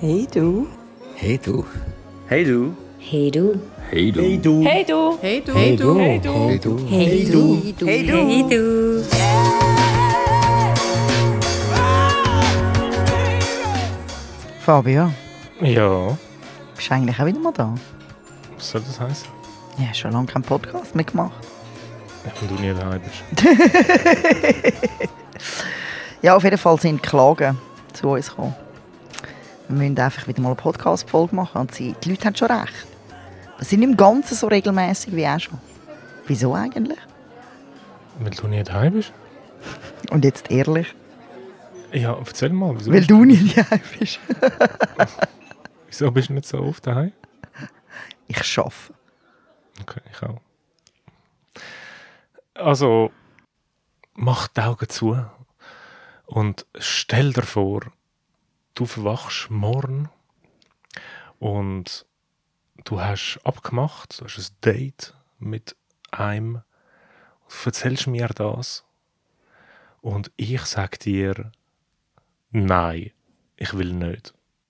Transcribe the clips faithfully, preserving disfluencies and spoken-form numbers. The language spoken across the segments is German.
Hey du. Hey du. Hey du. Hey du. Hey du. Hey du. Hey du. Hey du. Hey du. Hey du. Hey du. Hey du. Hey du. Hey du. Fabio, Ja, bist du eigentlich auch wieder mal da? was soll das heißen? Ja, schon lange keinen Podcast mehr gemacht. Wenn du nie daheim bist. Ja, auf jeden Fall sind Klagen zu uns gekommen. Wir müssen einfach wieder mal eine Podcast-Folge machen und sie, die Leute haben schon recht. Wir sind im Ganzen so regelmäßig wie auch schon. Wieso eigentlich? Weil du nie daheim bist? Und jetzt ehrlich, Ja, erzähl mal. Wieso, weil du nicht daheim bist. wieso bist du nicht so oft daheim? Ich arbeite. Okay, ich auch. Also, mach die Augen zu und stell dir vor, du verwachst morgen und du hast abgemacht, du hast ein Date mit einem, du erzählst mir das und ich sag dir, nein, ich will nicht.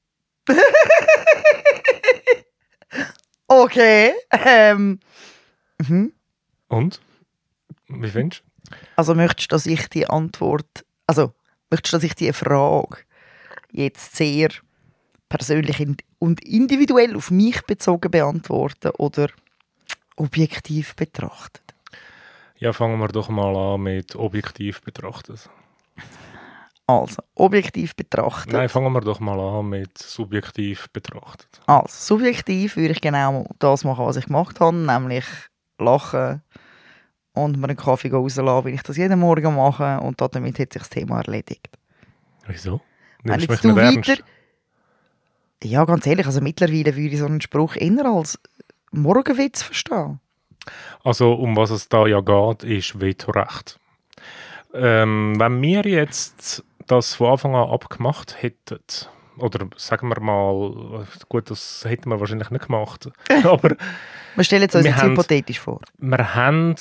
Okay. Ähm. Mhm. Und? Wie findest du? Also möchtest du, dass ich die Antwort, also möchtest du, dass ich die Frage jetzt sehr persönlich und individuell auf mich bezogen beantworte oder objektiv betrachtet? Ja, fangen wir doch mal an mit objektiv betrachtet. Also, objektiv betrachtet. Nein, fangen wir doch mal an mit subjektiv betrachtet. Also, subjektiv würde ich genau das machen, was ich gemacht habe, nämlich lachen und mir einen Kaffee rauslassen, wie ich das jeden Morgen mache, und damit hat sich das Thema erledigt. Wieso? Wenn Nimmst du mich jetzt du nicht weiter... ernst? Ja, ganz ehrlich, also mittlerweile würde ich so einen Spruch eher als Morgenwitz verstehen. Also, um was es da ja geht, ist Vetorecht. Ähm, wenn wir jetzt das von Anfang an abgemacht hätten, oder sagen wir mal, gut, das hätten wir wahrscheinlich nicht gemacht, aber Wir stellen es uns Wir jetzt haben- hypothetisch vor. wir haben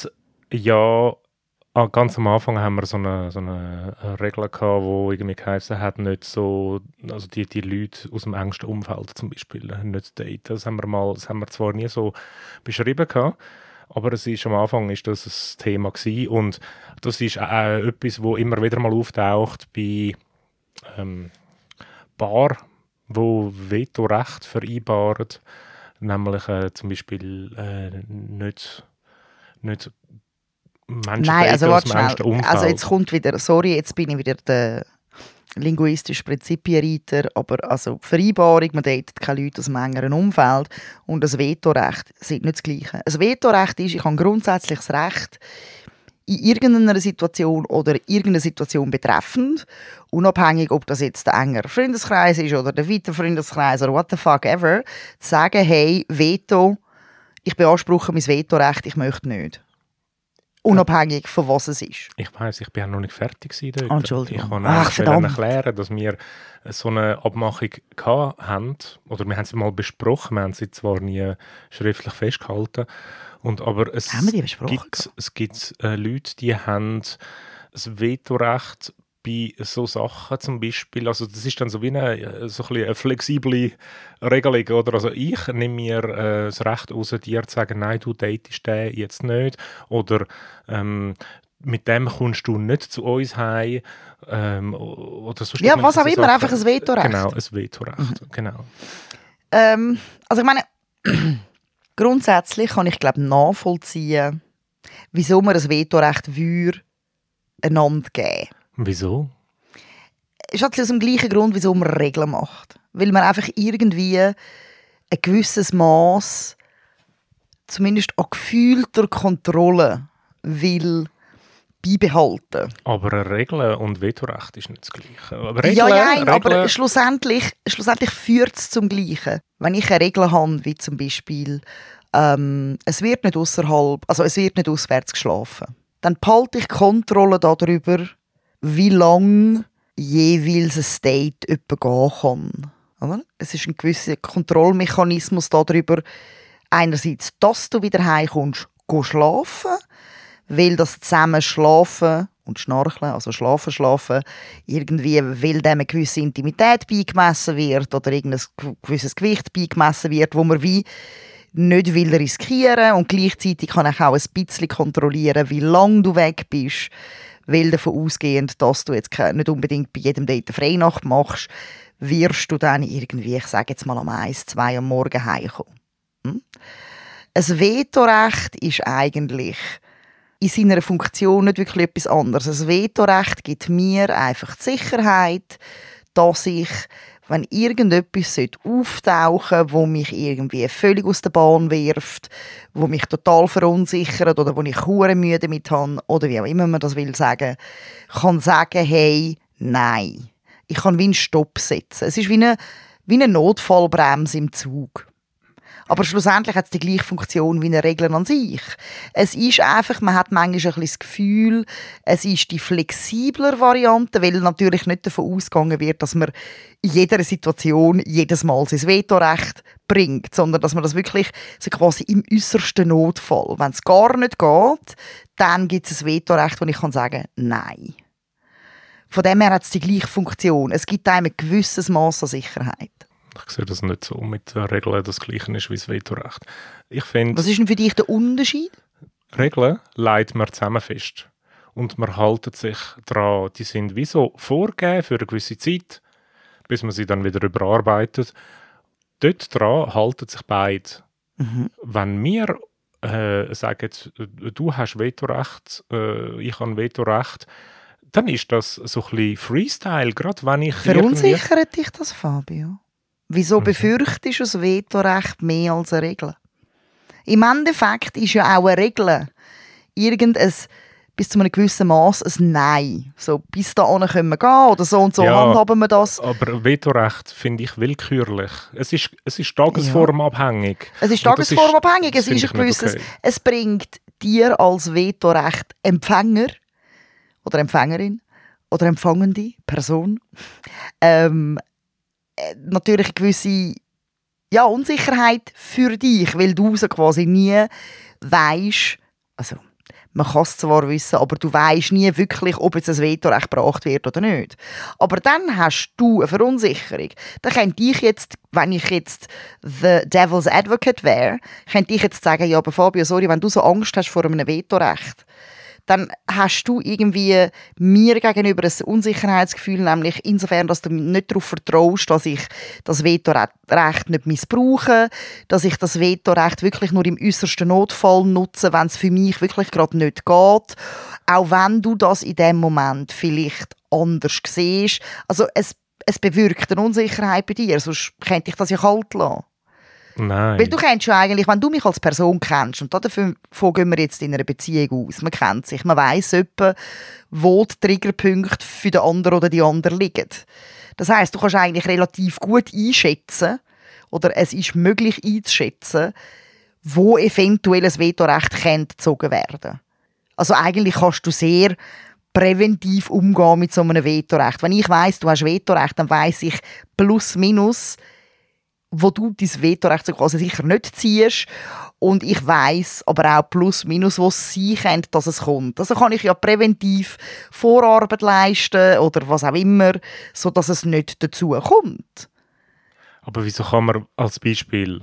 ja ah, ganz am Anfang haben wir so eine, so eine Regel gehabt, wo irgendwie geheißen hat, nicht so, also die, die Leute aus dem engsten Umfeld zum Beispiel nicht daten. Das haben wir mal, das haben wir zwar nie so beschrieben gehabt, aber es ist am Anfang ist das ein Thema gewesen und das ist auch etwas, wo immer wieder mal auftaucht bei ähm, Paaren, wo Vetorecht vereinbaren, nämlich äh, zum Beispiel äh, nicht, nicht Menschen Nein, also daten aus warte dem schnell. engsten Umfeld. Also jetzt kommt wieder, sorry, jetzt bin ich wieder der linguistische Prinzipienreiter, aber also Vereinbarung, man datet keine Leute aus dem engeren Umfeld, und das Vetorecht sind nicht das Gleiche. Ein Vetorecht ist, ich habe grundsätzlich das Recht, in irgendeiner Situation oder irgendeine Situation betreffend, unabhängig, ob das jetzt der engere Freundeskreis ist oder der weite Freundeskreis oder what the fuck ever, zu sagen, hey, Veto, ich beanspruche mein Vetorecht, ich möchte nicht. Unabhängig von was es ist. Ich weiss, ich bin ja noch nicht fertig gewesen dort. Oh, Entschuldigung. Ich kann Ach, eigentlich verdammt. erklären, dass wir so eine Abmachung gehabt haben, oder wir haben sie mal besprochen, wir haben sie zwar nie schriftlich festgehalten, und, aber es Haben wir die besprochen? gibt, es gibt äh, Leute, die haben ein Vetorecht bei so Sachen zum Beispiel, also das ist dann so wie eine, so ein bisschen eine flexible Regelung, oder? Also ich nehme mir äh, das Recht raus, dir zu sagen, nein, du datest den jetzt nicht, oder ähm, mit dem kommst du nicht zu uns heim, ähm, oder sonst Ja, irgendwelche was auch immer, Sachen. einfach ein Vetorecht. Genau, ein Vetorecht, genau. Ähm, also ich meine, grundsätzlich kann ich glaube nachvollziehen, wieso man ein Vetorecht würde einander geben. Wieso? Es ist halt aus dem gleichen Grund, wieso man Regeln macht. Weil man einfach irgendwie ein gewisses Maß, zumindest an gefühlter Kontrolle, will beibehalten. Aber eine Regel und Vetorecht ist nicht das Gleiche. Aber Ja, Regeln- nein, aber Regeln- schlussendlich, schlussendlich führt es zum Gleichen. Wenn ich eine Regel habe, wie zum Beispiel, ähm, es wird nicht ausserhalb, also es wird nicht auswärts geschlafen, dann behalte ich Kontrolle darüber, wie lange jeweils ein Date etwa gehen kann. Oder? Es ist ein gewisser Kontrollmechanismus darüber, einerseits, dass du wieder heimkommst, geh schlafen, weil das zusammen Schlafen und Schnarchen, also Schlafen, Schlafen, irgendwie, weil dem eine gewisse Intimität beigemessen wird oder irgendein gewisses Gewicht beigemessen wird, wo man wie nicht will riskieren und gleichzeitig kann ich auch ein bisschen kontrollieren, wie lange du weg bist, weil davon ausgehend, dass du jetzt nicht unbedingt bei jedem Date eine Freinacht machst, wirst du dann irgendwie, ich sage jetzt mal um eins, zwei am Morgen heimkommen. Hm? Ein Vetorecht ist eigentlich in seiner Funktion nicht wirklich etwas anderes. Ein Vetorecht gibt mir einfach die Sicherheit, dass ich, wenn irgendetwas auftauchen sollte, wo mich irgendwie völlig aus der Bahn wirft, wo mich total verunsichert oder wo ich hure Mühe damit habe, oder wie auch immer man das will sagen, kann sagen, hey, nein. Ich kann wie einen Stopp setzen. Es ist wie eine, wie eine Notfallbremse im Zug. Aber schlussendlich hat es die gleiche Funktion wie eine Regel an sich. Es ist einfach, man hat manchmal ein bisschen das Gefühl, es ist die flexibler Variante, weil natürlich nicht davon ausgegangen wird, dass man in jeder Situation jedes Mal sein Vetorecht bringt, sondern dass man das wirklich so quasi im äußersten Notfall, wenn es gar nicht geht, dann gibt es ein Vetorecht, wo ich kann sagen, nein. Von dem her hat es die gleiche Funktion. Es gibt einem ein gewisses Maß an Sicherheit. Ich sehe das nicht so mit der Regeln, das Gleiche ist wie das Vetorecht. Ich finde, was ist denn für dich der Unterschied? Regeln legt man zusammen fest. Und man hält sich daran. Die sind wie so vorgegeben für eine gewisse Zeit, bis man sie dann wieder überarbeitet. Dort dran halten sich beide. Mhm. Wenn wir äh, sagen, du hast Vetorecht, äh, ich habe Vetorecht, dann ist das so ein bisschen Freestyle, gerade wenn ich... Verunsichert dich das, Fabio? Wieso mhm. befürchtest du das Vetorecht mehr als eine Regel? Im Endeffekt ist ja auch eine Regel irgendein, bis zu einem gewissen Maß ein Nein. So, bis dahin können wir gehen oder so und so ja, handhaben wir das. Aber Vetorecht finde ich willkürlich. Es ist, es ist tagesformabhängig. Ja. Es ist tagesformabhängig. Es ist ein gewisses, okay. Es bringt dir als Vetorecht Empfänger oder Empfängerin oder empfangende Person ähm, natürlich eine gewisse ja, Unsicherheit für dich, weil du so quasi nie weisst, also man kann es zwar wissen, aber du weisst nie wirklich, ob jetzt ein Vetorecht gebracht wird oder nicht. Aber dann hast du eine Verunsicherung. Dann könnte ich jetzt, wenn ich jetzt the devil's advocate wäre, könnte ich jetzt sagen, ja, aber Fabio, sorry, wenn du so Angst hast vor einem Vetorecht, dann hast du irgendwie mir gegenüber ein Unsicherheitsgefühl, nämlich insofern, dass du nicht darauf vertraust, dass ich das Vetorecht nicht missbrauche, dass ich das Vetorecht wirklich nur im äußersten Notfall nutze, wenn es für mich wirklich gerade nicht geht. Auch wenn du das in dem Moment vielleicht anders siehst. Also es, es bewirkt eine Unsicherheit bei dir, sonst könnte ich das ja kalt lassen. Nein. Weil du kennst ja eigentlich, wenn du mich als Person kennst, und davon gehen wir jetzt in einer Beziehung aus, man kennt sich, man weiss etwa, wo die Triggerpunkte für den anderen oder die andere liegen. Das heisst, du kannst eigentlich relativ gut einschätzen, oder es ist möglich einzuschätzen, wo eventuell ein Vetorecht gezogen werden. Also eigentlich kannst du sehr präventiv umgehen mit so einem Vetorecht. Wenn ich weiss, du hast Vetorecht, dann weiss ich plus minus, wo du dein Vetorecht so quasi sicher nicht ziehst. Und ich weiss aber auch plus minus, wo es sein könnte, dass es kommt. Also kann ich ja präventiv Vorarbeit leisten oder was auch immer, sodass es nicht dazu kommt. Aber wieso kann man als Beispiel,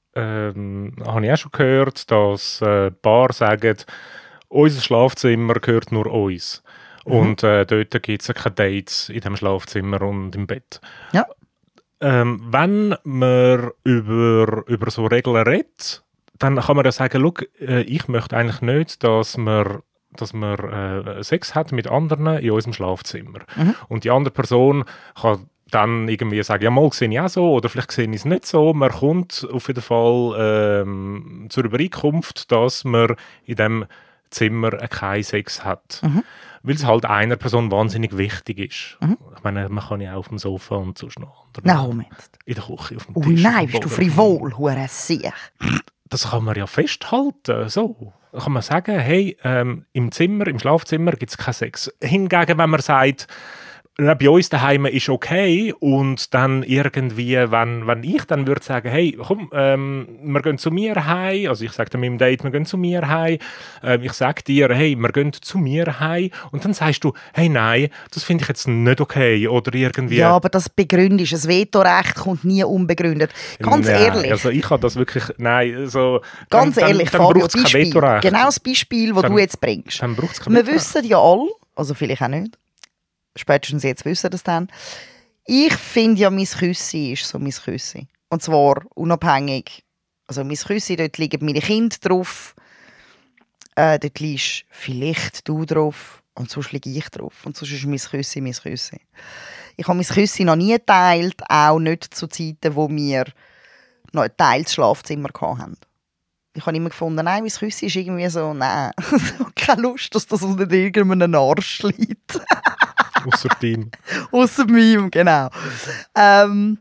ähm, habe ich auch schon gehört, dass äh, Paar sagen, unser Schlafzimmer gehört nur uns. Mhm. Und äh, dort gibt es keine Dates in dem Schlafzimmer und im Bett. Ja. Ähm, wenn man über, über so Regeln redet, dann kann man ja sagen, schau, äh, ich möchte eigentlich nicht, dass man, dass man äh, Sex hat mit anderen in unserem Schlafzimmer. Mhm. Und die andere Person kann dann irgendwie sagen, ja mal sehe ich auch so oder vielleicht sehe ich es nicht so. Man kommt auf jeden Fall ähm, zur Übereinkunft, dass man in dem Zimmer keinen Sex hat. Mhm. Weil es halt einer Person wahnsinnig wichtig ist. Mhm. Ich meine, man kann ja auch auf dem Sofa und so schnell. Nein, Moment. In der Küche, auf dem Tisch. Ui, nein, bist du frivol, hure Sieg. Das kann man ja festhalten. So. Da kann man sagen, hey, ähm, im Zimmer, im Schlafzimmer gibt es keinen Sex. Hingegen, wenn man sagt, bei uns daheim ist okay und dann irgendwie, wenn, wenn ich dann würde sagen, hey, komm, ähm, wir gehen zu mir heim, also ich sage dann meinem Date, wir gehen zu mir heim, ähm, ich sage dir, hey, wir gehen zu mir heim und dann sagst du, hey, nein, das finde ich jetzt nicht okay oder irgendwie. Ja, aber das begründest, das Vetorecht kommt nie unbegründet. Ganz nein, ehrlich. Also ich habe das wirklich, nein, so... Ganz dann, ehrlich, dann, dann Fabio, braucht es kein Beispiel. Vetorecht. Genau das Beispiel, das Dann- du jetzt bringst. Dann braucht es kein Wir Vetorecht. wissen ja alle, also vielleicht auch nicht, spätestens jetzt wissen das dann, ich finde ja, mein Küssi ist so mein Küssi. Und zwar unabhängig. Also mein Küssi, dort liegen meine Kinder drauf, äh, dort liegst vielleicht du drauf und sonst liege ich drauf. Und sonst ist mein Küssi mein Küssi. Ich habe mein Küssi noch nie geteilt, auch nicht zu Zeiten, wo wir noch ein teiltes Schlafzimmer hatten. Ich habe immer gefunden, nein, mein Küssi ist irgendwie so, nein, so keine Lust, dass das unter irgendeinem Arsch liegt. Ausser Team. Ausser meinem, genau. Ähm,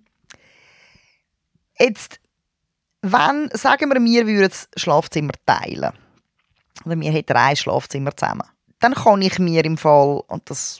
jetzt, wenn, sagen wir, wir würden das Schlafzimmer teilen, oder wir hätten ein Schlafzimmer zusammen, dann kann ich mir im Fall, und das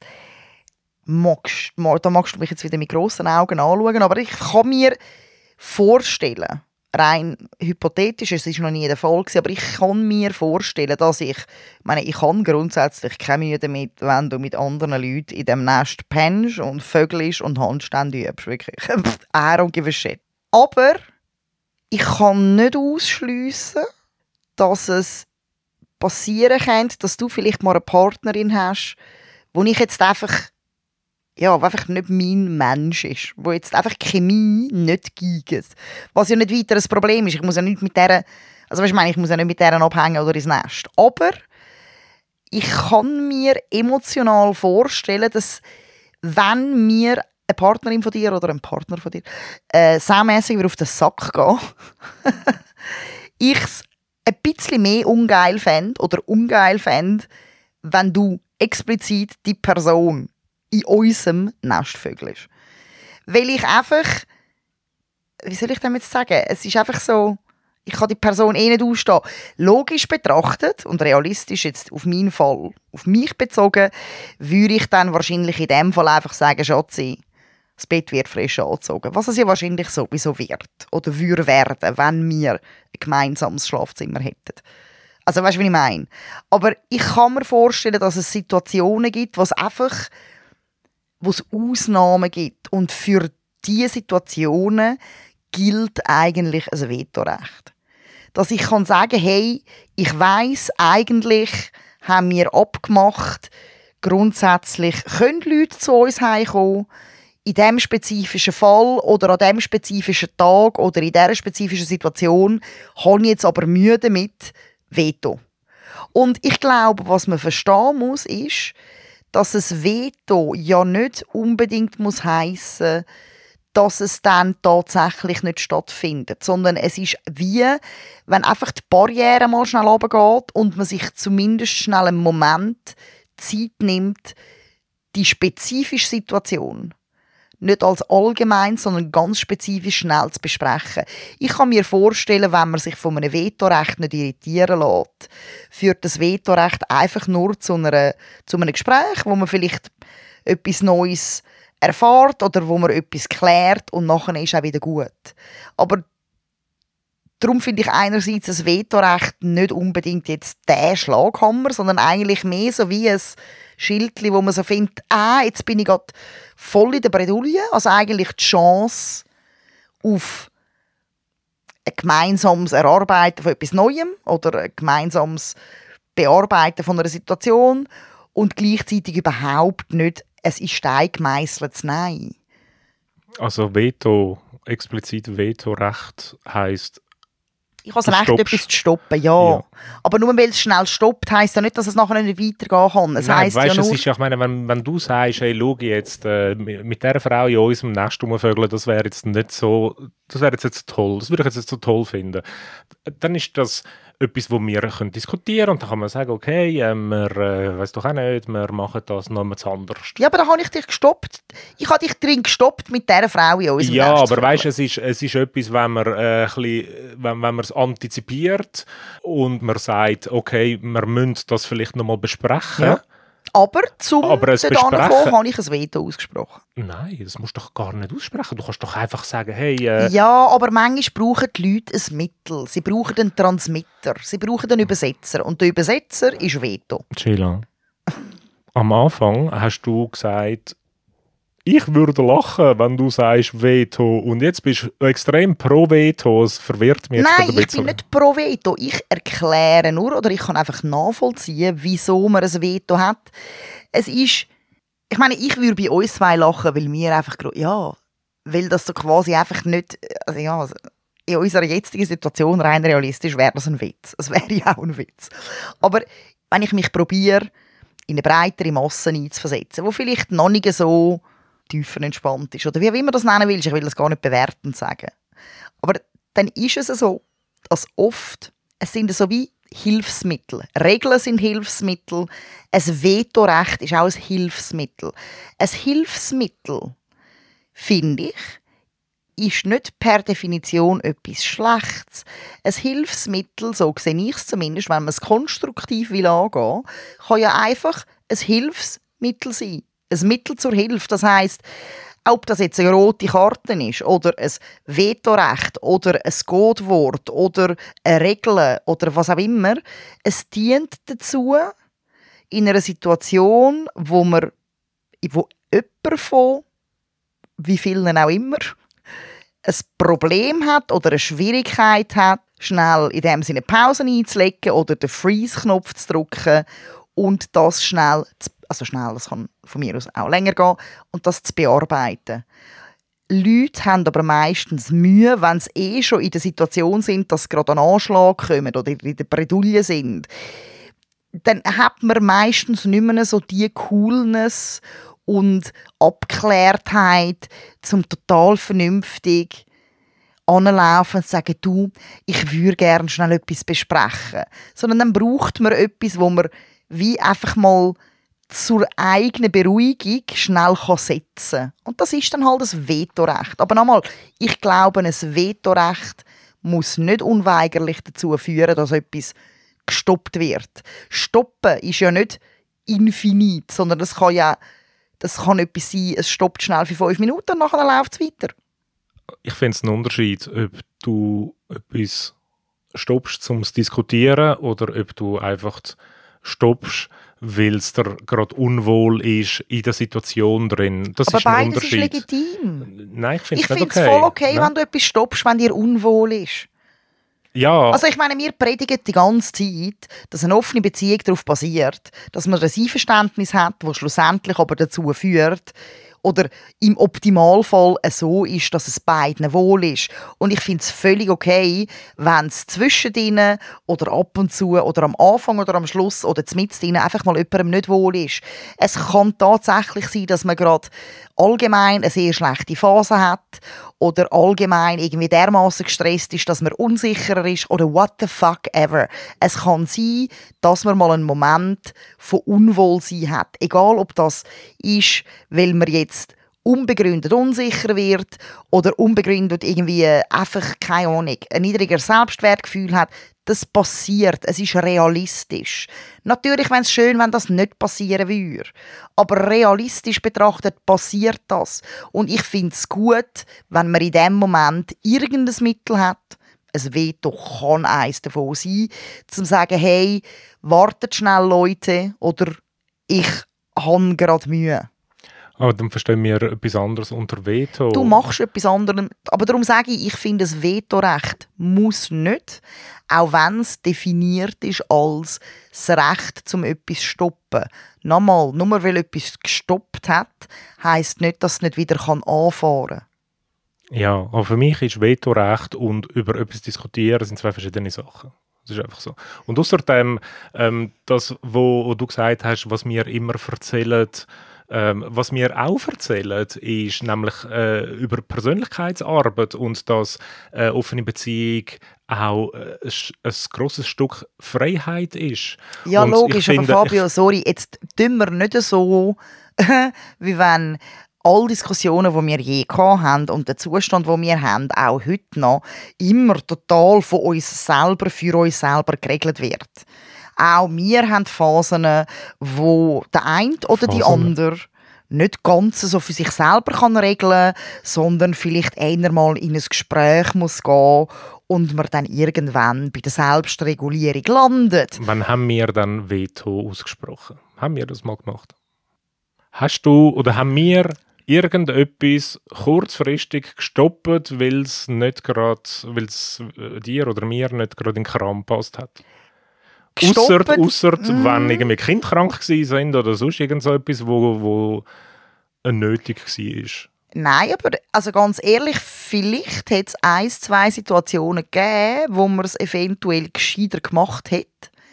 magst, da magst du mich jetzt wieder mit grossen Augen anschauen, aber ich kann mir vorstellen, rein hypothetisch, es ist noch nie der Fall gewesen, aber ich kann mir vorstellen, dass ich, ich meine, ich kann grundsätzlich keine Mühe damit, wenn du mit anderen Leuten in dem Nest pennst und vögelst und Handstände übst, wirklich. I don't give a shit. Aber ich kann nicht ausschliessen, dass es passieren könnte, dass du vielleicht mal eine Partnerin hast, wo ich jetzt einfach ja, wo einfach nicht mein Mensch ist, wo jetzt einfach die Chemie nicht geht. Was ja nicht weiter ein Problem ist. Ich muss ja nicht mit der, also weißt du, ich meine, ich muss ja nicht mit der abhängen oder ins Nest. Aber ich kann mir emotional vorstellen, dass wenn mir eine Partnerin von dir oder ein Partner von dir äh, saumässig wieder auf den Sack geht, ich es ein bisschen mehr ungeil fände oder ungeil fände, wenn du explizit die Person in unserem Nest vögelst. Weil ich einfach, wie soll ich das jetzt sagen, es ist einfach so, ich kann die Person eh nicht ausstehen. Logisch betrachtet und realistisch jetzt auf meinen Fall, auf mich bezogen, würde ich dann wahrscheinlich in dem Fall einfach sagen, Schatzi, das Bett wird frisch angezogen. Was es ja wahrscheinlich sowieso wird oder würde werden, wenn wir ein gemeinsames Schlafzimmer hätten. Also weißt du, wie ich meine? Aber ich kann mir vorstellen, dass es Situationen gibt, wo es einfach wo es Ausnahmen gibt. Und für diese Situationen gilt eigentlich ein Vetorecht. Dass ich kann sagen, hey, ich weiss, eigentlich haben wir abgemacht, grundsätzlich können Leute zu uns heimkommen, in diesem spezifischen Fall oder an diesem spezifischen Tag oder in dieser spezifischen Situation habe ich jetzt aber Mühe damit, Veto. Und ich glaube, was man verstehen muss, ist, dass ein Veto ja nicht unbedingt muss heissen, dass es dann tatsächlich nicht stattfindet, sondern es ist wie, wenn einfach die Barriere mal schnell runtergeht und man sich zumindest schnell einen Moment Zeit nimmt, die spezifische Situation nicht als allgemein, sondern ganz spezifisch schnell zu besprechen. Ich kann mir vorstellen, wenn man sich von einem Vetorecht nicht irritieren lässt, führt das Vetorecht einfach nur zu, einer, zu einem Gespräch, wo man vielleicht etwas Neues erfährt oder wo man etwas klärt und nachher ist auch wieder gut. Aber darum finde ich einerseits das Vetorecht nicht unbedingt jetzt der Schlaghammer, sondern eigentlich mehr so wie ein Schildchen, wo man so findet, ah, jetzt bin ich gerade voll in der Bredouille. Also eigentlich die Chance auf ein gemeinsames Erarbeiten von etwas Neuem oder ein gemeinsames Bearbeiten von einer Situation und gleichzeitig überhaupt nicht, es ist Stein gemeisseltes Nein. Also Veto, explizit Vetorecht heisst, Ich habe Du das Recht, stoppst. etwas zu stoppen, ja. Ja. Aber nur weil es schnell stoppt, heisst ja nicht, dass es nachher nicht weitergehen kann. Es Nein, heisst weißt, ja es nur... ist ja, ich meine, wenn, wenn du sagst, hey, schau jetzt, äh, mit dieser Frau in unserem Nest rumvögeln, das wäre jetzt nicht so, das wäre jetzt, jetzt toll, das würde ich jetzt, jetzt so toll finden. Dann ist das etwas, wo wir können diskutieren und dann kann man sagen, okay, äh, wir, äh, weiss doch auch nicht, wir machen das noch etwas anderes. Ja, aber da habe ich dich gestoppt. Ich habe dich drin gestoppt mit dieser Frau in unserem Ja, Nest zu aber vögeln. weißt, es ist, es ist etwas, wenn man äh, ein bisschen, wenn, wenn man es antizipiert und man sagt, okay, wir müssen das vielleicht noch mal besprechen. Ja. Aber zum Aber es dort besprechen- ankommen, habe ich ein Veto ausgesprochen. Nein, das musst du doch gar nicht aussprechen. Du kannst doch einfach sagen, hey, äh, Ja, aber manchmal brauchen die Leute ein Mittel. Sie brauchen einen Transmitter. Sie brauchen einen Übersetzer. Und der Übersetzer ist Veto. Sheila, am Anfang hast du gesagt, ich würde lachen, wenn du sagst Veto. Und jetzt bist du extrem pro Veto. Es verwirrt mich jetzt Nein, gerade ein ich bisschen. bin nicht pro Veto. Ich erkläre nur, oder ich kann einfach nachvollziehen, wieso man ein Veto hat. Es ist, ich meine, ich würde bei uns zwei lachen, weil wir einfach, gro- ja, weil das so quasi einfach nicht, also ja, in unserer jetzigen Situation rein realistisch wäre das ein Witz. Es wäre ja auch ein Witz. Aber wenn ich mich probiere, in eine breitere Masse einzuversetzen, wo vielleicht noch nicht so tiefer entspannt ist, oder wie auch immer das nennen willst, ich will das gar nicht bewertend sagen. Aber dann ist es so, dass oft, es sind so wie Hilfsmittel. Regeln sind Hilfsmittel. Ein Vetorecht ist auch ein Hilfsmittel. Ein Hilfsmittel, finde ich, ist nicht per Definition etwas Schlechtes. Ein Hilfsmittel, so sehe ich es zumindest, wenn man es konstruktiv will angehen, kann ja einfach ein Hilfsmittel sein. Ein Mittel zur Hilfe. Das heisst, ob das jetzt eine rote Karte ist oder ein Vetorecht oder ein Codewort oder eine Regel oder was auch immer, es dient dazu, in einer Situation, wo man, wo jemand von, wie vielen auch immer, ein Problem hat oder eine Schwierigkeit hat, schnell in dem Sinne Pause einzulegen oder den Freeze-Knopf zu drücken und das schnell, zu, also schnell, das kann von mir aus auch länger gehen, und das zu bearbeiten. Leute haben aber meistens Mühe, wenn sie eh schon in der Situation sind, dass sie gerade einen Anschlag kommen oder in der Bredouille sind. Dann hat man meistens nicht mehr so die Coolness und Abgeklärtheit, zum total vernünftig anlaufen und sagen, du, ich würde gerne schnell etwas besprechen. Sondern dann braucht man etwas, wo man wie einfach mal zur eigenen Beruhigung schnell setzen kann. Und das ist dann halt das Vetorecht. Aber nochmal, ich glaube, ein Vetorecht muss nicht unweigerlich dazu führen, dass etwas gestoppt wird. Stoppen ist ja nicht infinit, sondern das kann ja das kann etwas sein, es stoppt schnell für fünf Minuten und nachher läuft es weiter. Ich finde es einen Unterschied, ob du etwas stoppst, um es zu diskutieren, oder ob du einfach stoppst, weil es dir gerade unwohl ist in der Situation drin. Das Aber ist ein beides ist Unterschied. legitim. Nein, ich finde Ich es nicht finde es okay. voll okay, Ne? wenn du etwas stoppst, wenn dir unwohl ist. Ja, Also ich meine, wir predigen die ganze Zeit, dass eine offene Beziehung darauf basiert, dass man ein Einverständnis hat, das schlussendlich aber dazu führt, oder im Optimalfall so ist, dass es beiden wohl ist. Und ich finde es völlig okay, wenn es zwischendrin oder ab und zu oder am Anfang oder am Schluss oder mitten einfach mal jemandem nicht wohl ist. Es kann tatsächlich sein, dass man gerade allgemein eine sehr schlechte Phase hat oder allgemein irgendwie dermaßen gestresst ist, dass man unsicherer ist oder what the fuck ever. Es kann sein, dass man mal einen Moment von Unwohlsein hat. Egal, ob das ist, weil man jetzt unbegründet unsicher wird oder unbegründet irgendwie einfach, keine Ahnung, ein niedriger Selbstwertgefühl hat. Das passiert. Es ist realistisch. Natürlich wäre es schön, wenn das nicht passieren würde. Aber realistisch betrachtet passiert das. Und ich finde es gut, wenn man in dem Moment irgendein Mittel hat. Ein Veto kann eins davon sein, um zu sagen, hey, wartet schnell, Leute, oder ich habe gerade Mühe. aber dann verstehen wir etwas anderes unter Veto. Du machst etwas anderes. Aber darum sage ich, ich finde, das Vetorecht muss nicht, auch wenn es definiert ist als das Recht, um etwas zu stoppen. Nochmal, nur weil etwas gestoppt hat, heisst nicht, dass es nicht wieder anfahren kann. Ja, aber für mich ist Vetorecht und über etwas diskutieren sind zwei verschiedene Sachen. Das ist einfach so. Und außerdem, ähm, das, wo, wo du gesagt hast, was wir immer erzählen, ähm, was wir auch erzählen, ist nämlich äh, über Persönlichkeitsarbeit und dass äh, offene Beziehung auch äh, ein, ein grosses Stück Freiheit ist. Ja, und logisch, ich aber finde, Fabio, sorry, jetzt tun wir nicht so, wie wenn alle Diskussionen, die wir je gehabt haben und der Zustand, den wir haben, auch heute noch, immer total von uns selber, für uns selber geregelt wird. Auch wir haben Phasen, wo der eine oder die Phasen. andere nicht ganz so für sich selber kann regeln, sondern vielleicht einmal in ein Gespräch muss gehen und man dann irgendwann bei der Selbstregulierung landet. Wann haben wir dann Veto ausgesprochen? Haben wir das mal gemacht? Hast du oder haben wir irgendetwas kurzfristig gestoppt, weil es nicht gerade, weil es äh, dir oder mir nicht gerade in den Kram gepasst hat? Ausser, Gestoppt? ausser Mm. wenn irgendwie Kinder krank gewesen sind oder sonst irgend so etwas, wo, wo äh, nötig war. Nein, aber also ganz ehrlich, vielleicht hat es ein, zwei Situationen gegeben, wo man es eventuell gescheiter gemacht hat,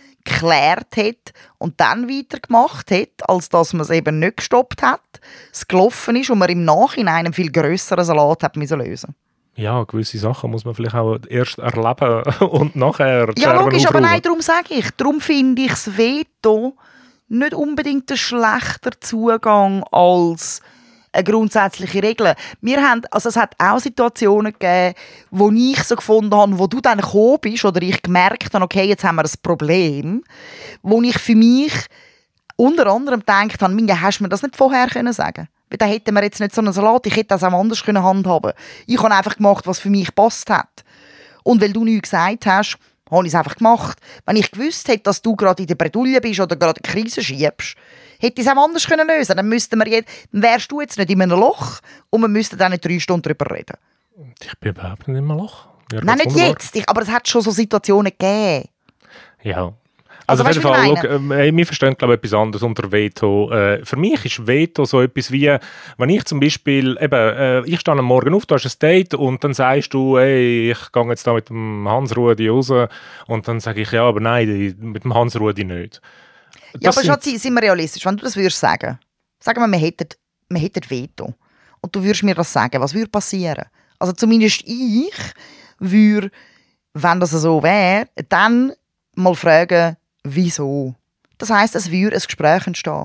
geklärt hat und dann weitergemacht hat, als dass man es eben nicht gestoppt hat, es gelaufen ist und man im Nachhinein einen viel grösseren Salat hat müssen lösen. Ja, gewisse Sachen muss man vielleicht auch erst erleben und nachher die Ja, Scherben logisch, aber aufräumen. nein, darum sage ich, darum finde ich das Veto nicht unbedingt ein schlechter Zugang als eine grundsätzliche Regel. Wir haben, also es hat auch Situationen gegeben, wo ich so gefunden habe, wo du dann gekommen bist oder ich gemerkt habe, okay, jetzt haben wir ein Problem, wo ich für mich unter anderem gedacht habe, Minja, hast du mir das nicht vorher können sagen? Weil dann hätten wir jetzt nicht so einen Salat, ich hätte das auch anders können handhaben. Ich habe einfach gemacht, was für mich gepasst hat. Und weil du nichts gesagt hast, habe ich es einfach gemacht. Wenn ich gewusst hätte, dass du gerade in der Bredouille bist oder gerade eine Krise schiebst, hätte ich es auch anders können lösen. Dann, müssten wir jetzt, dann wärst du jetzt nicht in einem Loch und wir müssten dann nicht drei Stunden darüber reden. Ich bin überhaupt nicht im Loch. Ja, Nein, ganz nicht wunderbar. jetzt, ich, aber es hat schon so Situationen gegeben. Ja. Also, Also, auf weißt jeden du, wie Fall, ich schau, äh, wir verstehen, glaube ich, etwas anderes unter Veto. Äh, für mich ist Veto so etwas wie, wenn ich zum Beispiel, eben, äh, ich stehe am Morgen auf, du hast ein Date und dann sagst du, ey, ich gehe jetzt da mit dem Hans-Rudi raus und dann sage ich, ja, aber nein, die- mit dem Hans-Rudi nicht. Ja, Das aber sind- Schatzi, sind wir realistisch, wenn du das würdest sagen, sagen wir, wir hätten, wir hätten Veto und du würdest mir das sagen, was würde passieren? Also zumindest ich würde, wenn das so wäre, dann mal fragen, wieso? Das heisst, es würde ein Gespräch entstehen.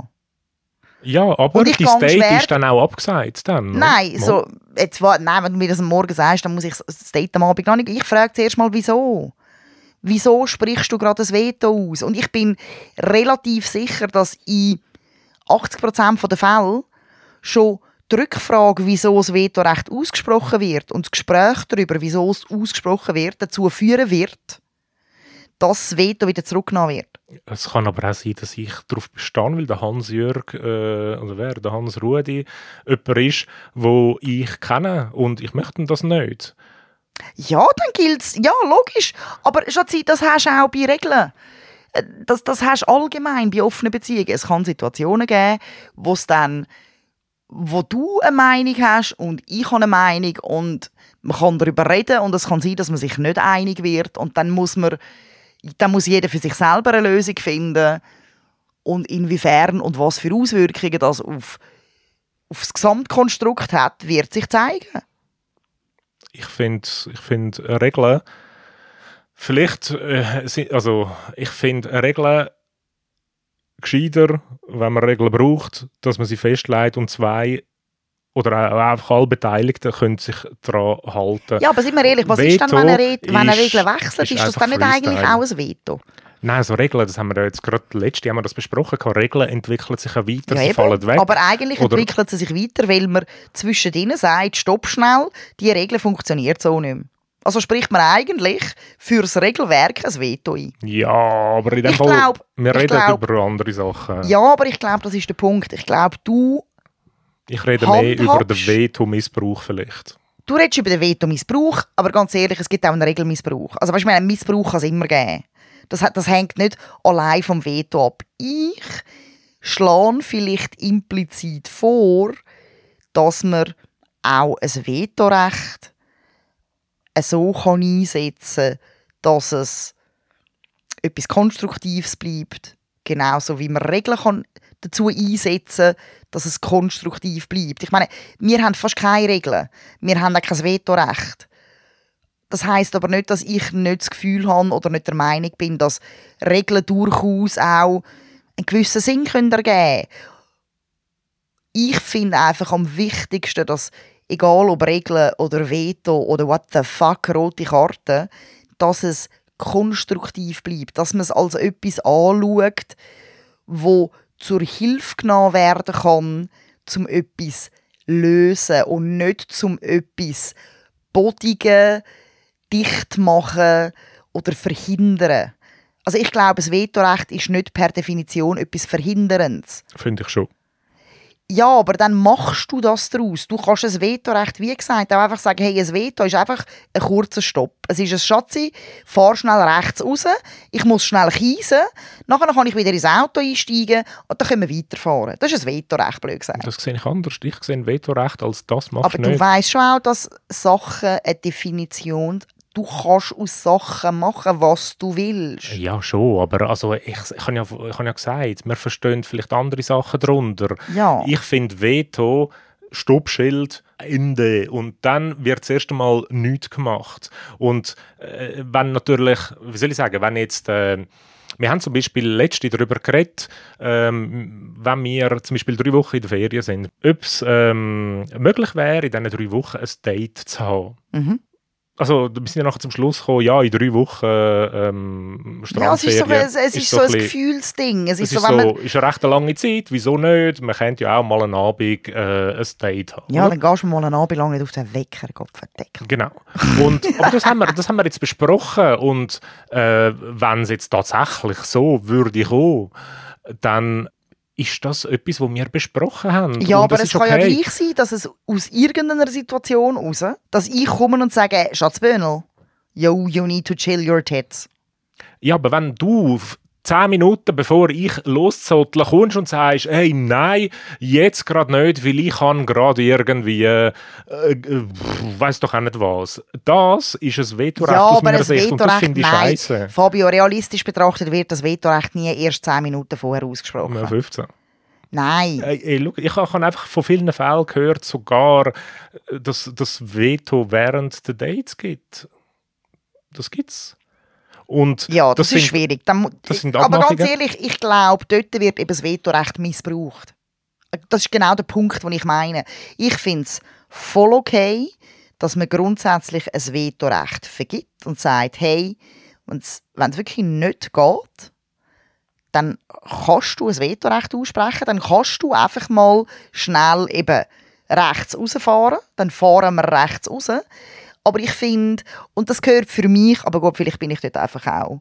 Ja, aber Und ich dein gehe Date schwer- ist dann auch abgesagt. Dann, oder? Nein, Mal. so, jetzt, wa- nein, wenn du mir das am Morgen sagst, dann muss ich das Date am Abend noch nicht. Ich frage zuerst mal, wieso? Wieso sprichst du gerade das Veto aus? Und ich bin relativ sicher, dass in achtzig Prozent der Fälle schon die Rückfrage, wieso das Vetorecht ausgesprochen wird und das Gespräch darüber, wieso es ausgesprochen wird, dazu führen wird, dass das Veto wieder zurückgenommen wird. Es kann aber auch sein, dass ich darauf bestehe, weil der Hans-Jörg, äh, oder wer, der Hans-Rudi, jemand ist, wo ich kenne und ich möchte das nicht. Ja, dann gilt es. Ja, logisch. Aber Schatzi, das hast du auch bei Regeln. Äh, Das, das hast du allgemein bei offenen Beziehungen. Es kann Situationen geben, wo es dann, wo du eine Meinung hast und ich habe eine Meinung und man kann darüber reden und es kann sein, dass man sich nicht einig wird und dann muss man, dann muss jeder für sich selber eine Lösung finden und inwiefern und was für Auswirkungen das auf, auf das Gesamtkonstrukt hat, wird sich zeigen. Ich finde ich find Regeln, vielleicht, äh, si- also ich finde Regeln gescheiter, wenn man Regeln braucht, dass man sie festlegt und zwei oder auch einfach alle Beteiligten können sich daran halten. Ja, aber sind wir ehrlich, was ist dann, wenn eine, Re Veto wenn eine ist- Regel wechselt? ist Ist das einfach dann nicht eigentlich Freestyle. auch ein Veto? Nein, so Regeln, das haben wir ja jetzt gerade letzte haben wir das besprochen, Regeln entwickeln sich ja weiter, Ja, sie eben. fallen weg. Aber eigentlich Oder- entwickelt sie sich weiter, weil man zwischen ihnen sagt, stopp schnell, die Regel funktioniert so nicht mehr. Also spricht man eigentlich für das Regelwerk ein Veto ein. Ja, aber in dem Ich Fall, glaub- wir ich reden glaub- über andere Sachen. Ja, aber ich glaube, das ist der Punkt. Ich glaube, du, Ich rede mehr über den handhabst- Veto-Missbrauch vielleicht. du redest über den Veto-Missbrauch, aber ganz ehrlich, es gibt auch einen Regelmissbrauch. Also weißt du, einen Missbrauch kann es immer geben. Das, hat- das hängt nicht allein vom Veto ab. Ich schlage vielleicht implizit vor, dass man auch ein Vetorecht so kann einsetzen kann, dass es etwas Konstruktives bleibt. Genauso wie man Regeln kann dazu einsetzen kann, dass es konstruktiv bleibt. Ich meine, wir haben fast keine Regeln. Wir haben auch kein Vetorecht. Das heisst aber nicht, dass ich nicht das Gefühl habe oder nicht der Meinung bin, dass Regeln durchaus auch einen gewissen Sinn können ergeben können. Ich finde einfach am wichtigsten, dass egal ob Regeln oder Veto oder what the fuck, rote Karte, dass es konstruktiv bleibt, dass man es als etwas anschaut, wo zur Hilfe genommen werden kann, um etwas zu lösen und nicht zum etwas bodigen, dicht machen oder verhindern. Also ich glaube, das Vetorecht ist nicht per Definition etwas Verhinderndes. Finde ich schon. Ja, aber dann machst du das daraus. Du kannst ein Vetorecht, wie gesagt, auch einfach sagen, hey, ein Veto ist einfach ein kurzer Stopp. Es ist ein Schatzi, fahr schnell rechts raus, ich muss schnell kiesen, nachher kann ich wieder ins Auto einsteigen und dann können wir weiterfahren. Das ist ein Vetorecht, blöd gesagt. Das sehe ich anders. Ich sehe ein Vetorecht als das machst Aber du du nicht. weißt schon auch, dass Sachen eine Definition, du kannst aus Sachen machen, was du willst. Ja, schon, aber also ich, ich habe ja, ich habe ja gesagt, wir verstehen vielleicht andere Sachen darunter. Ja. Ich finde Veto, Stoppschild, Ende. Und dann wird das erste Mal nichts gemacht. Und äh, wenn natürlich, wie soll ich sagen, wenn jetzt... Äh, wir haben zum Beispiel letztens darüber geredet, ähm, wenn wir zum Beispiel drei Wochen in der Ferien sind, ob es ähm, möglich wäre, in diesen drei Wochen ein Date zu haben. Mhm. Also, wir sind ja nachher zum Schluss gekommen, ja, in drei Wochen ähm, Ja, es ist so, Strandferien. es, es ist so ein Gefühlsding. Es Es ist ist, so, wenn so, man, ist eine recht lange Zeit, wieso nicht? Man könnte ja auch mal einen Abend äh, ein Date haben. ja, oder? dann gehst du mal einen Abend lang nicht auf den Wecker verdecken. Genau. Und, aber das haben, wir, das haben wir jetzt besprochen. Und äh, wenn es jetzt tatsächlich so würde kommen, dann ist das etwas, was wir besprochen haben. Ja, und aber das es ist kann okay. ja gleich sein, dass es aus irgendeiner Situation raus, dass ich komme und sage, Schatzböhnel, yo, you need to chill your tits. Ja, aber wenn du f- zehn Minuten bevor ich loszottle kommst und sagst, hey, nein, jetzt gerade nicht, weil ich kann gerade irgendwie, äh, äh, weiss doch auch nicht was. Das ist ein Vetorecht Ja, aus aber meiner ein Sicht und das Vetorecht, finde ich nein. scheiße. Fabio, realistisch betrachtet wird das Vetorecht nie erst zehn Minuten vorher ausgesprochen. Ja, fünfzehn. Nein. Ey, ey, schau, ich habe einfach von vielen Fällen gehört, sogar, äh, dass das Veto während der Dates gibt. Das gibt's. Und Ja, das, das ist sind, schwierig. Dann, mu- das sind aber ganz Abmachungen. ehrlich, ich glaube, dort wird eben das Vetorecht missbraucht. Das ist genau der Punkt, den ich meine. Ich finde es voll okay, dass man grundsätzlich ein Vetorecht vergibt und sagt, hey, wenn es wirklich nicht geht, dann kannst du ein Vetorecht aussprechen, dann kannst du einfach mal schnell eben rechts rausfahren, dann fahren wir rechts raus. Aber ich finde, und das gehört für mich, aber gut, vielleicht bin ich dort einfach auch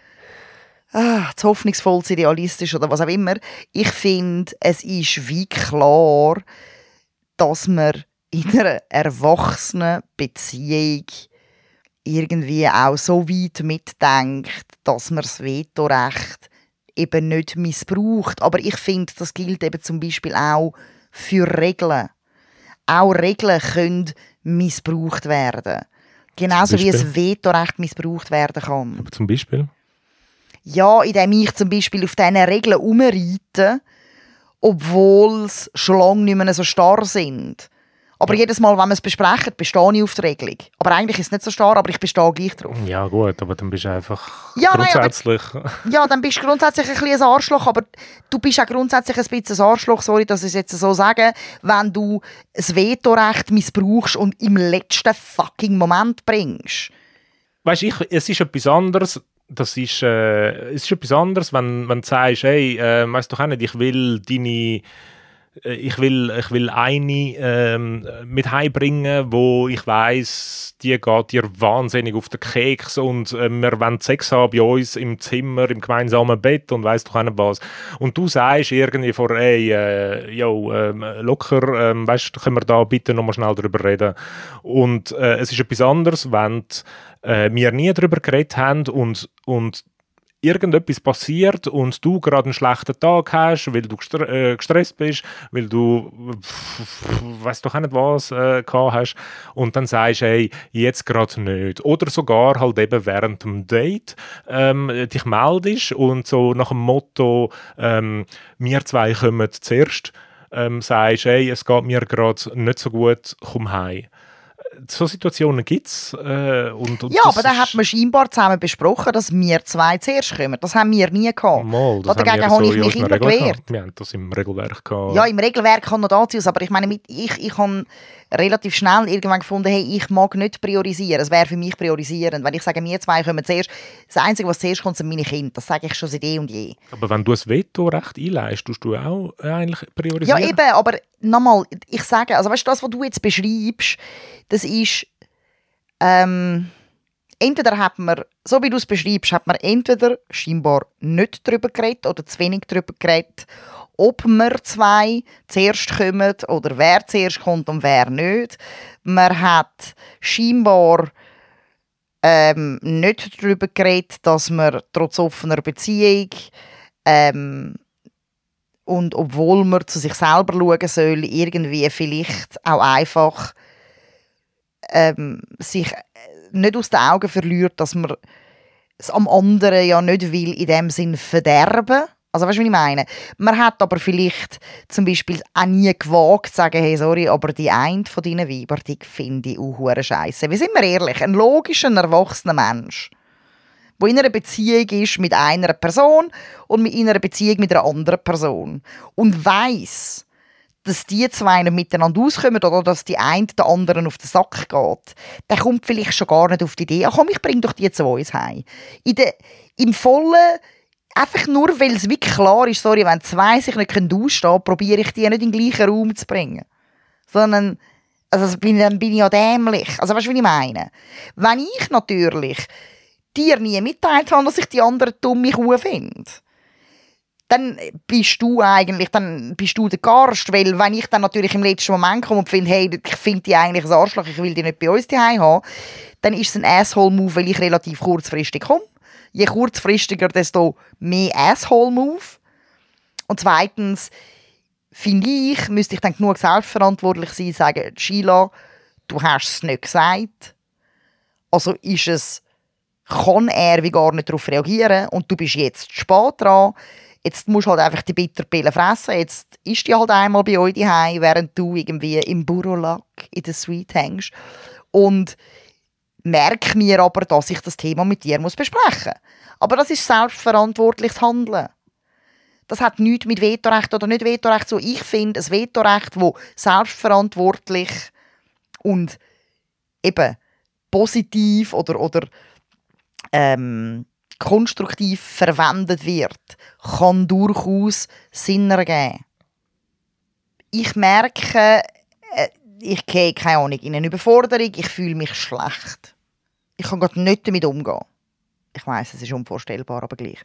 ah, zu hoffnungsvoll, zu idealistisch oder was auch immer. Ich finde, es ist wie klar, dass man in einer erwachsenen Beziehung irgendwie auch so weit mitdenkt, dass man das Vetorecht eben nicht missbraucht. Aber ich finde, das gilt eben zum Beispiel auch für Regeln. Auch Regeln können missbraucht werden. Genauso wie Beispiel? ein Vetorecht missbraucht werden kann. Aber zum Beispiel? Ja, indem ich zum Beispiel auf diesen Regeln herumreite, obwohl sie schon lange nicht mehr so starr sind. Aber Ja. jedes Mal, wenn wir es besprechen, bestehe ich auf die Regelung. Aber eigentlich ist es nicht so starr, aber ich bestehe gleich drauf. Ja gut, aber dann bist du einfach Ja, nein, aber- grundsätzlich... Ja, dann bist du grundsätzlich ein bisschen ein Arschloch, aber du bist auch grundsätzlich ein bisschen ein Arschloch, sorry, dass ich es jetzt so sage, wenn du das Vetorecht missbrauchst und im letzten fucking Moment bringst. Weißt du, ich, es ist etwas anderes. Das ist, äh, es ist etwas anderes, wenn, wenn du sagst, hey, äh, weißt doch auch nicht, ich will deine, äh, ich will, ich will eine ähm, mit heimbringen, wo ich weiss, die geht dir wahnsinnig auf den Keks und äh, wir wollen Sex haben bei uns im Zimmer, im gemeinsamen Bett und weiss doch auch nicht was. Und du sagst irgendwie vor, hey, äh, yo, ähm, locker, ähm, weißt du, können wir da bitte nochmal schnell drüber reden. Und äh, es ist etwas anderes, wenn du äh, wir nie darüber geredet haben und, und irgendetwas passiert und du gerade einen schlechten Tag hast, weil du gestre äh, gestresst bist, weil du weißt doch auch nicht was äh, gehabt hast und dann sagst du, hey, jetzt gerade nicht. Oder sogar halt eben während dem Date ähm, dich meldest und so nach dem Motto, ähm, wir zwei kommen zuerst, ähm, sagst, hey, es geht mir gerade nicht so gut, komm heim. so Situationen gibt es. Äh, und, und ja, aber dann hat man scheinbar zusammen besprochen, dass wir zwei zuerst kommen. Das haben wir nie gehabt. Mal, das Dagegen haben habe wir ich so mich in immer unseren Regeln gewehrt. gehabt. Wir haben das im Regelwerk gehabt. Ja, im Regelwerk kann noch dazu sein, aber ich meine, mit, ich, ich habe relativ schnell irgendwann gefunden, hey, ich mag nicht priorisieren. Es wäre für mich priorisierend. Wenn ich sage, wir zwei kommen zuerst, das Einzige, was zuerst kommt, sind meine Kinder. Das sage ich schon seit eh und je. Aber wenn du ein Vetorecht einleihst, tust du auch äh, eigentlich priorisieren? Ja, eben, aber nochmal, ich sage, also weißt du, das, was du jetzt beschreibst, das ist, ähm, entweder hat man, so wie du es beschreibst, hat man entweder scheinbar nicht darüber geredet oder zu wenig darüber geredet, ob wir zwei zuerst kommen oder wer zuerst kommt und wer nicht. Man hat scheinbar ähm, nicht darüber geredet, dass man trotz offener Beziehung ähm, und obwohl man zu sich selber schauen soll, irgendwie vielleicht auch einfach ähm, sich nicht aus den Augen verliert, dass man es am anderen ja nicht will in dem Sinn verderben. Also weißt du, was ich meine? Man hat aber vielleicht zum Beispiel auch nie gewagt zu sagen, hey, sorry, aber die eine von deinen Weibern, die finde ich auch hure scheisse. Wie sind wir ehrlich? Ein logischer, erwachsener Mensch, der in einer Beziehung ist mit einer Person und in einer Beziehung mit einer anderen Person und weiss, dass die zwei nicht miteinander auskommen oder dass die eine der anderen auf den Sack geht, der kommt vielleicht schon gar nicht auf die Idee, ach komm, ich bring doch die zwei ins Heim. In der, Im Vollen, einfach nur, weil es wirklich klar ist, sorry, wenn zwei sich nicht ausstehen können, probiere ich die nicht in den gleichen Raum zu bringen. Sondern, also bin, dann bin ich ja dämlich. Also weißt du, was ich meine? Wenn ich natürlich dir nie mitteilt habe, dass ich die anderen dumme Kuh finde, dann bist du eigentlich, dann bist du der Garst, weil wenn ich dann natürlich im letzten Moment komme und finde, hey, ich finde die eigentlich ein Arschloch, ich will die nicht bei uns daheim haben, dann ist es ein Asshole-Move, weil ich relativ kurzfristig komme. Je kurzfristiger, desto mehr Asshole-Move. Und zweitens, finde ich, müsste ich dann genug selbstverantwortlich sein, sagen, Sheila, du hast es nicht gesagt. Also ist es, kann er wie gar nicht darauf reagieren und du bist jetzt spät dran. Jetzt musst du halt einfach die Bitterpille fressen. Jetzt ist die halt einmal bei euch daheim, während du irgendwie im Burolack in der Suite hängst. Und merke mir aber, dass ich das Thema mit dir muss besprechen muss. Aber das ist selbstverantwortliches Handeln. Das hat nichts mit Vetorecht oder nicht Vetorecht zu. Ich finde, ein Vetorecht, das selbstverantwortlich und eben positiv oder, oder ähm, konstruktiv verwendet wird, kann durchaus Sinn ergeben. Ich merke, äh, ich gehe, keine Ahnung, in eine Überforderung, ich fühle mich schlecht. Ich kann gerade nicht damit umgehen. Ich weiss, es ist unvorstellbar, aber gleich.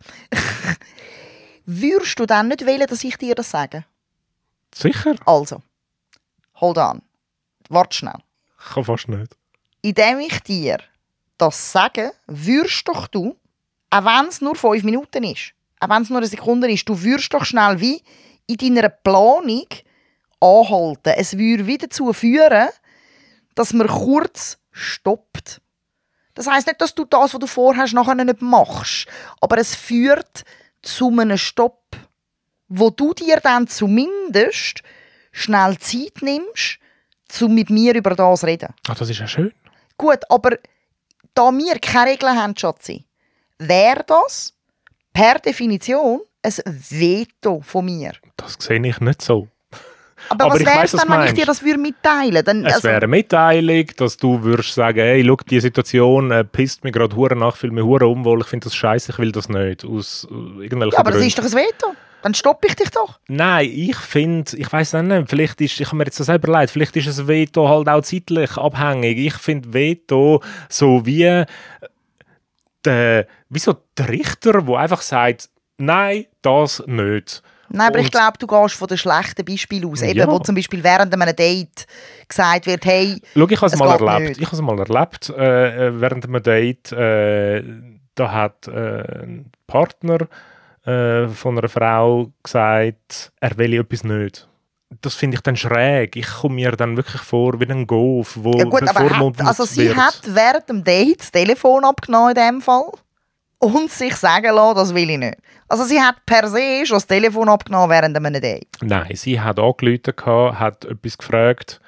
Würdest du dann nicht wollen, dass ich dir das sage? Sicher. Also, hold on. Warte schnell. Ich kann fast nicht. Indem ich dir das sage, würdest doch du, auch wenn es nur fünf Minuten ist, auch wenn es nur eine Sekunde ist, du würdest doch schnell wie in deiner Planung anhalten. Es würde wieder dazu führen, dass man kurz stoppt. Das heisst nicht, dass du das, was du vorhast, nachher nicht machst. Aber es führt zu einem Stopp, wo du dir dann zumindest schnell Zeit nimmst, um mit mir über das zu reden. Ach, das ist ja schön. Gut, aber da wir keine Regeln haben, Schatzi, wäre das per Definition ein Veto von mir. Das sehe ich nicht so. Aber, Aber was ich wäre weiss, es was dann, wenn ich meinst. dir das würde mitteilen würde? Es Also, wäre eine Mitteilung, dass du würdest sagen, hey, schau, diese Situation äh, pisst mir gerade hure nach, fühle mich hure unwohl, ich finde das scheiße, ich will das nicht. Aus äh, irgendwelchen ja, aber das Gründen. ist doch ein Veto. Dann stoppe ich dich doch. Nein, ich finde, ich weiss nicht, vielleicht ist, ich habe mir jetzt das selber leid, vielleicht ist ein Veto halt auch zeitlich abhängig. Ich finde Veto so wie der, wie so der Richter, der einfach sagt, nein, das nicht. Nein, aber Und- ich glaube, du gehst von den schlechten Beispielen aus. Eben, Ja. wo zum Beispiel während einem Date gesagt wird, hey, Schau, ich habe es Es mal geht erlebt. nicht. Ich habe es mal erlebt, äh, äh, während einem Date, äh, da hat äh, ein Partner äh, von einer Frau gesagt, er will etwas nicht. Das finde ich dann schräg. Ich komme mir dann wirklich vor wie ein Goof, wo ja gut, aber bevormundet hat, also sie wird. hat während dem Date das Telefon abgenommen in dem Fall und sich sagen lassen, das will ich nicht. Also sie hat per se schon das Telefon abgenommen während einem Date. Nein, sie hat angerufen, gehabt, hat etwas gefragt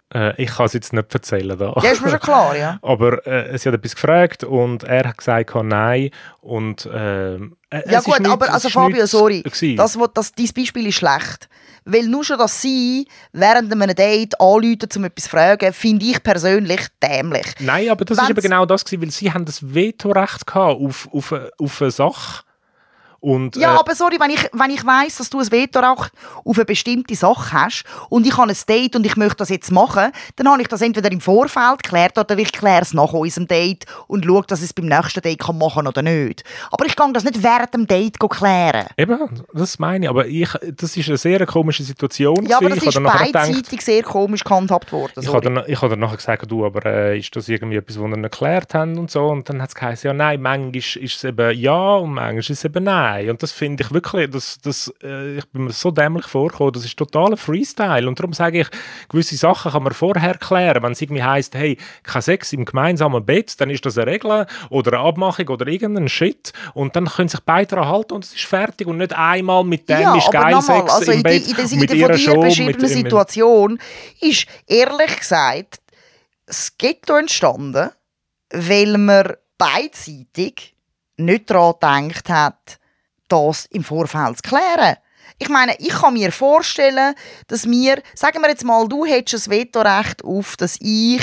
Äh, ich kann es jetzt nicht erzählen. Da. Ja, ist mir schon klar, ja. Aber äh, sie hat etwas gefragt und er hat gesagt, nein. Und, äh, ja gut, nicht, aber also Fabio, sorry, das, das, das, dein Beispiel ist schlecht. Weil nur schon, dass sie während einem Date anrufen, um etwas zu fragen, finde ich persönlich dämlich. Nein, aber das war eben genau das, weil sie haben das Vetorecht gehabt auf, auf, auf eine Sache. Und, ja, äh, aber sorry, wenn ich, wenn ich weiss, dass du ein Vetorecht auf eine bestimmte Sache hast und ich habe ein Date und ich möchte das jetzt machen, dann habe ich das entweder im Vorfeld geklärt oder ich kläre es nach unserem Date und schaue, dass ich es beim nächsten Date kann machen oder nicht. Aber ich kann das nicht während dem Date klären. Eben, das meine ich. Aber ich, das ist eine sehr komische Situation. Ja, aber das ich ist beidseitig gedacht, sehr komisch gehandhabt worden. Ich habe dann, ich habe dann nachher gesagt, du, aber äh, ist das irgendwie etwas, was wir nicht geklärt haben und so. Und dann hat es geheißen, ja, nein, manchmal ist es eben ja und manchmal ist es eben nein. Und das finde ich wirklich, das, das, äh, ich bin mir so dämlich vorgekommen, das ist totaler Freestyle. Und darum sage ich, gewisse Sachen kann man vorher klären. Wenn es irgendwie heisst, hey, kein Sex im gemeinsamen Bett, dann ist das eine Regel oder eine Abmachung oder irgendein Shit. Und dann können sich beide daran halten und es ist fertig. Und nicht einmal mit dem ja, ist geil Sex also im in Bett. Die, in der, mit in der von dir beschriebenen mit, Situation ist ehrlich gesagt das Ghetto entstanden, weil man beidseitig nicht daran gedacht hat, das im Vorfeld zu klären. Ich meine, ich kann mir vorstellen, dass wir, sagen wir jetzt mal, du hättest ein Vetorecht auf, dass ich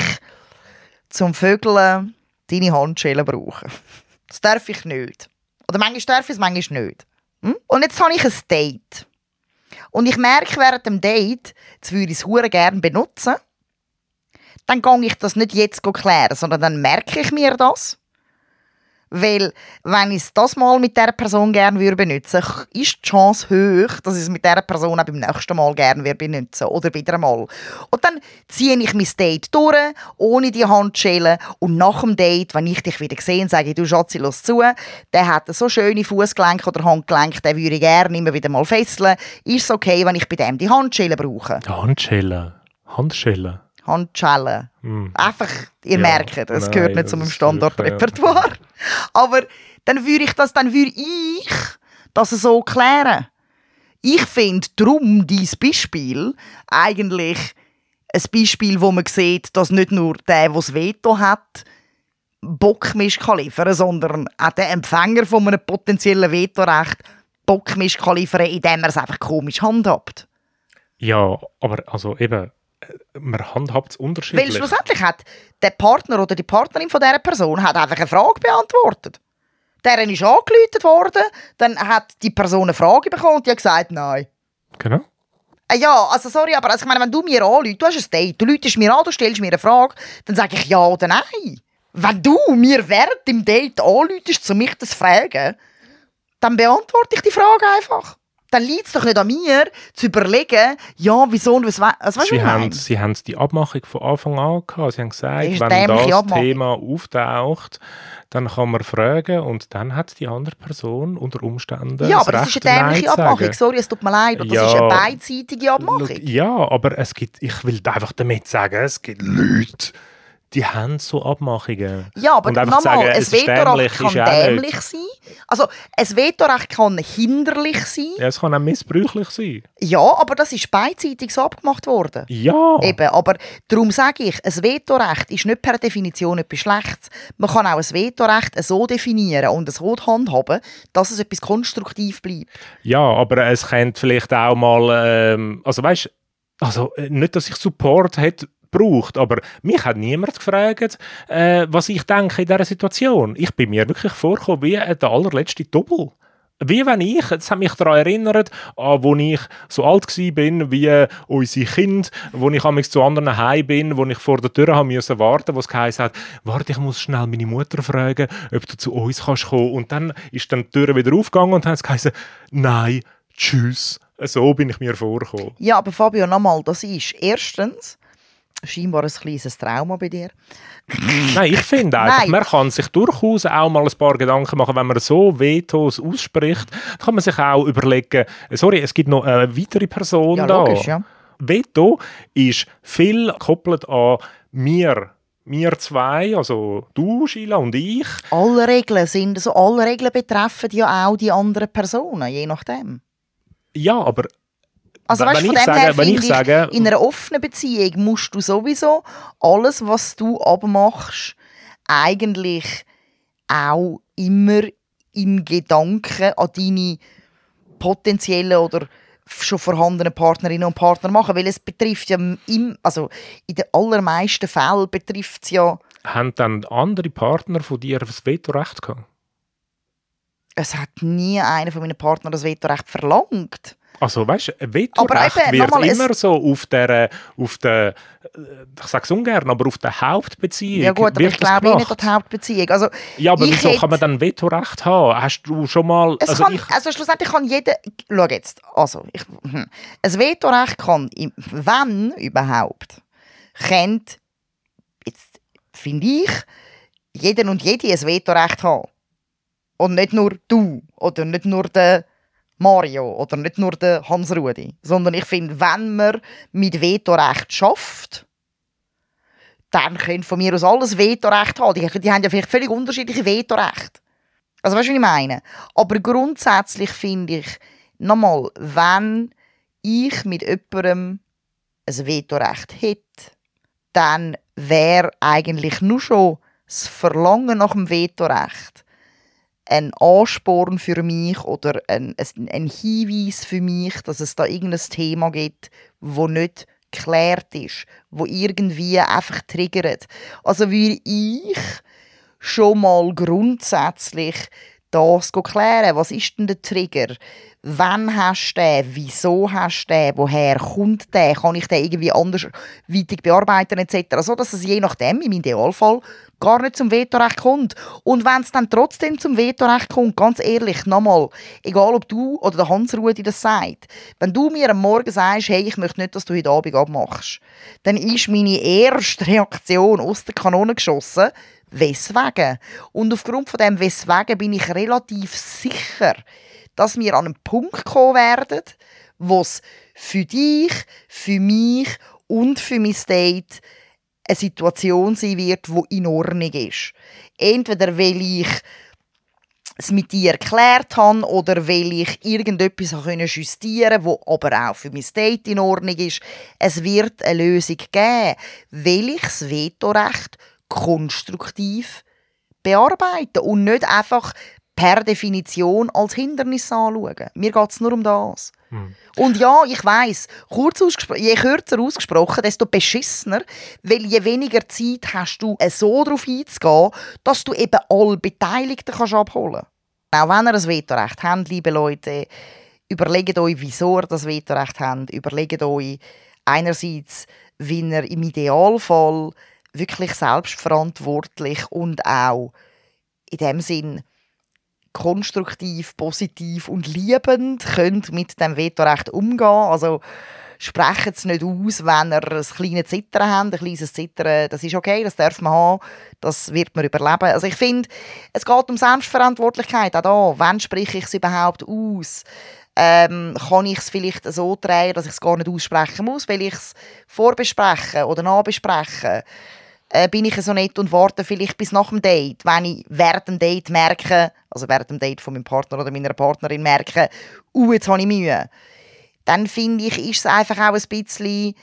zum Vögeln deine Handschellen brauche. Das darf ich nicht. Oder manchmal darf ich es, manchmal nicht. Hm? Und jetzt habe ich ein Date. Und ich merke während dem Date, jetzt würde ich es hure gerne benutzen. Dann gehe ich das nicht jetzt klären, sondern dann merke ich mir das. Weil, wenn ich das mal mit dieser Person gerne benutzen würde, ist die Chance hoch, dass ich es mit dieser Person auch beim nächsten Mal gerne benutzen oder wieder einmal. Und dann ziehe ich mein Date durch, ohne die Handschellen. Und nach dem Date, wenn ich dich wieder sehe, sage ich, du Schatzi, los zu, der hat so schöne Fußgelenke oder Handgelenke, den würde ich gerne immer wieder mal fesseln. Ist es okay, wenn ich bei dem die Handschellen brauche? Handschellen? Handschellen? Handschellen. Mm. Einfach, ihr ja, merkt, es nein, gehört nicht zu meinem Standardrepertoire. Ja. Aber dann würde ich das, dann würde ich das so klären. Ich finde darum dieses Beispiel eigentlich ein Beispiel, wo man sieht, dass nicht nur der, der das Veto hat, Bockmist kann liefern, sondern auch der Empfänger von einem potenziellen Vetorecht Bockmist kann liefern, indem er es einfach komisch handhabt. Ja, aber also eben, man handhabt es unterschiedlich. Weil schlussendlich hat der Partner oder die Partnerin von dieser Person hat einfach eine Frage beantwortet. Deren ist angeläutet worden, dann hat die Person eine Frage bekommen und die hat gesagt, nein. Genau. Äh, ja, also sorry, aber also ich meine, wenn du mir anläutest, du hast ein Date, du läutest mir an, du stellst mir eine Frage, dann sage ich ja oder nein. Wenn du mir während dem Date anläutest, um mich das zu fragen, dann beantworte ich die Frage einfach. Dann liegt es doch nicht an mir, zu überlegen, ja, wieso und was, was weißt sie, du, haben, sie haben die Abmachung von Anfang an gehabt. Sie haben gesagt, das wenn das Abmachung. Thema auftaucht, dann kann man fragen und dann hat die andere Person unter Umständen ja, aber das, das ist eine dämliche Abmachung. Sorry, es tut mir leid, aber das ja, ist eine beidseitige Abmachung. Ja, aber es gibt, ich will einfach damit sagen, es gibt Leute, die haben so Abmachungen. Ja, aber nochmal, ein Vetorecht kann dämlich sein. Also, ein Vetorecht kann hinderlich sein. Ja, es kann auch missbräuchlich sein. Ja, aber das ist beidseitig so abgemacht worden. Ja. Eben, aber darum sage ich, ein Vetorecht ist nicht per Definition etwas Schlechtes. Man kann auch ein Vetorecht so definieren und so handhaben, dass es etwas konstruktiv bleibt. Ja, aber es könnte vielleicht auch mal, ähm, also weißt, also nicht, dass ich Support hätte, braucht. Aber mich hat niemand gefragt, äh, was ich denke in dieser Situation. Ich bin mir wirklich vorgekommen wie der allerletzte Double. Wie wenn ich, jetzt hat mich daran erinnert, an, wo ich so alt war, wie unsere Kinder, wo ich amigs zu anderen heim bin, wo ich vor der Tür haben musste warten, wo es geheißen hat, warte, ich muss schnell meine Mutter fragen, ob du zu uns kannst kommen. Und dann ist dann die Tür wieder aufgegangen und dann hat es geheißen, nein, tschüss. So bin ich mir vorgekommen. Ja, aber Fabio, nochmal, das ist erstens scheinbar ein kleines Trauma bei dir. Nein, ich finde einfach, Nein. man kann sich durchaus auch mal ein paar Gedanken machen, wenn man so Vetos ausspricht, kann man sich auch überlegen, sorry, es gibt noch eine weitere Person ja, da. Logisch, ja. Veto ist viel gekoppelt an mir. Wir zwei, also du, Sheila, und ich. Alle Regeln sind, also alle Regeln betreffen ja auch die anderen Personen, je nachdem. Ja, aber Also weißt, wenn von ich dem sage, her wenn finde ich ich, sage, in einer offenen Beziehung musst du sowieso alles, was du abmachst, eigentlich auch immer im Gedanken an deine potenziellen oder schon vorhandenen Partnerinnen und Partner machen, weil es betrifft ja im, also in den allermeisten Fällen betrifft es ja. haben dann andere Partner von dir das Vetorecht gehabt? Es hat nie einer von meinen Partnern das Vetorecht verlangt. Also weißt du, ein Aber Vetorecht eben, wird nochmal, immer es- so auf der, auf der, ich sage es ungern, aber auf der Hauptbeziehung Ja gut, aber wird ich das glaube eh nicht an gemacht. die Hauptbeziehung. Also, Ja, aber ich wieso hätte- kann man dann Vetorecht haben? Hast du schon mal... Es Also kann, ich, also schlussendlich kann jeder... Schau jetzt, also, ich, hm. ein Vetorecht kann, im- wenn überhaupt, kennt, jetzt finde ich, jeder und jede ein Vetorecht haben. Und nicht nur du, oder nicht nur der Mario, oder nicht nur der Hans-Rudi. Sondern ich finde, wenn man mit Vetorecht schafft, dann können von mir aus alles Vetorecht haben. Die, die haben ja vielleicht völlig unterschiedliche Vetorechte. Also weißt du, was ich meine? Aber grundsätzlich finde ich, nochmal, wenn ich mit jemandem ein Vetorecht hätte, dann wäre eigentlich nur schon das Verlangen nach dem Vetorecht ein Ansporn für mich oder ein, ein, ein Hinweis für mich, dass es da irgendein Thema gibt, das nicht geklärt ist, wo irgendwie einfach triggert. Also würde ich schon mal grundsätzlich das klären. Was ist denn der Trigger? Wann hast du den? Wieso hast du den? Woher kommt der? Kann ich den irgendwie anderweitig bearbeiten et cetera. So dass es je nachdem, im Idealfall, gar nicht zum Vetorecht kommt. Und wenn es dann trotzdem zum Vetorecht kommt, ganz ehrlich, nochmal, egal ob du oder der Hans-Rudi das sagt, wenn du mir am Morgen sagst, hey, ich möchte nicht, dass du heute Abend abmachst, dann ist meine erste Reaktion aus der Kanone geschossen, weswegen. Und aufgrund von dem weswegen bin ich relativ sicher, dass wir an einen Punkt kommen werden, wo es für dich, für mich und für mein Date eine Situation sein wird, die in Ordnung ist. Entweder weil ich es mit dir erklärt habe oder weil ich irgendetwas justieren konnte, das aber auch für mein Date in Ordnung ist. Es wird eine Lösung geben, weil ich das Vetorecht konstruktiv bearbeiten und nicht einfach per Definition als Hindernis anschauen. Mir geht es nur um das. Hm. Und ja, ich weiss, kurz ausgespro- je kürzer ausgesprochen, desto beschissener, weil je weniger Zeit hast du, so darauf einzugehen, dass du eben alle Beteiligten kannst abholen kannst. Auch wenn ihr ein Vetorecht habt, liebe Leute, überlegt euch, wieso ihr das Vetorecht habt. Überlegt euch einerseits, wie ihr im Idealfall wirklich selbstverantwortlich und auch in dem Sinn konstruktiv, positiv und liebend könnt mit dem Vetorecht umgehen. Also sprecht es nicht aus, wenn ihr ein kleines Zittern habt. Ein kleines Zittern, das ist okay, das darf man haben, das wird man überleben. Also ich finde, es geht um Selbstverantwortlichkeit. Auch da, wann spreche ich es überhaupt aus? Ähm, kann ich es vielleicht so drehen, dass ich es gar nicht aussprechen muss, weil ich es vorbespreche oder nachbespreche? Äh, bin ich so nett und warte vielleicht bis nach dem Date, wenn ich während dem Date merke, also während dem Date von meinem Partner oder meiner Partnerin merke, uh, jetzt habe ich Mühe. Dann finde ich, ist es einfach auch ein bisschen,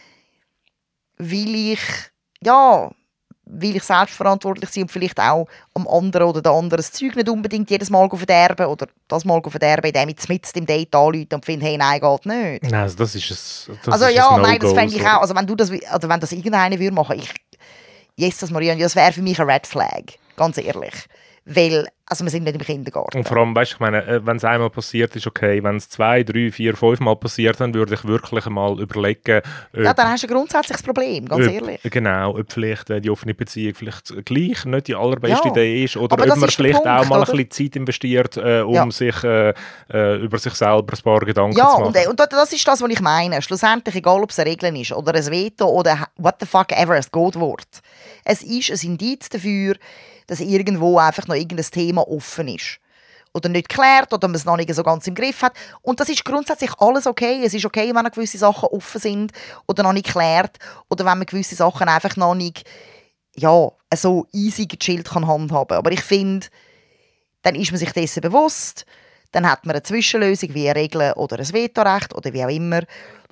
weil ich, ja, weil ich selbstverantwortlich bin und vielleicht auch am anderen oder der anderen das Zeug nicht unbedingt jedes Mal verderben oder das Mal verderben, indem ich mitten im Date anrufe und finde, hey, nein, geht nicht. Nein, also das ist ein, das also ist ja, ein nein, das No-Go, fände ich sorry. auch, also wenn du das, also wenn das irgendeiner würde machen, ich, Jesus Maria, das wäre für mich ein Red Flag, ganz ehrlich. Weil, also wir sind nicht im Kindergarten. Und vor allem, weißt, ich meine, wenn es einmal passiert, ist okay. Wenn es zwei, drei, vier, fünf Mal passiert, dann würde ich wirklich einmal überlegen, ob, ja, dann hast du ein grundsätzliches Problem, ganz ob, ehrlich. Genau, ob vielleicht äh, die offene Beziehung vielleicht gleich nicht die allerbeste Ja, Idee ist oder aber ob das man ist der vielleicht Punkt, auch mal oder? ein bisschen Zeit investiert, äh, um Ja. sich äh, äh, über sich selber ein paar Gedanken Ja, zu machen. und, äh, und das ist das, was ich meine. Schlussendlich, egal ob es eine Regel ist oder ein Veto oder what the fuck ever, ein Codewort. Es ist ein Indiz dafür, dass irgendwo einfach noch irgendein Thema offen ist. Oder nicht geklärt oder man es noch nicht so ganz im Griff hat. Und das ist grundsätzlich alles okay. Es ist okay, wenn gewisse Sachen offen sind oder noch nicht geklärt. Oder wenn man gewisse Sachen einfach noch nicht ja, so easy gechillt kann handhaben. Aber ich finde, dann ist man sich dessen bewusst. Dann hat man eine Zwischenlösung wie eine Regel oder ein Vetorecht oder wie auch immer.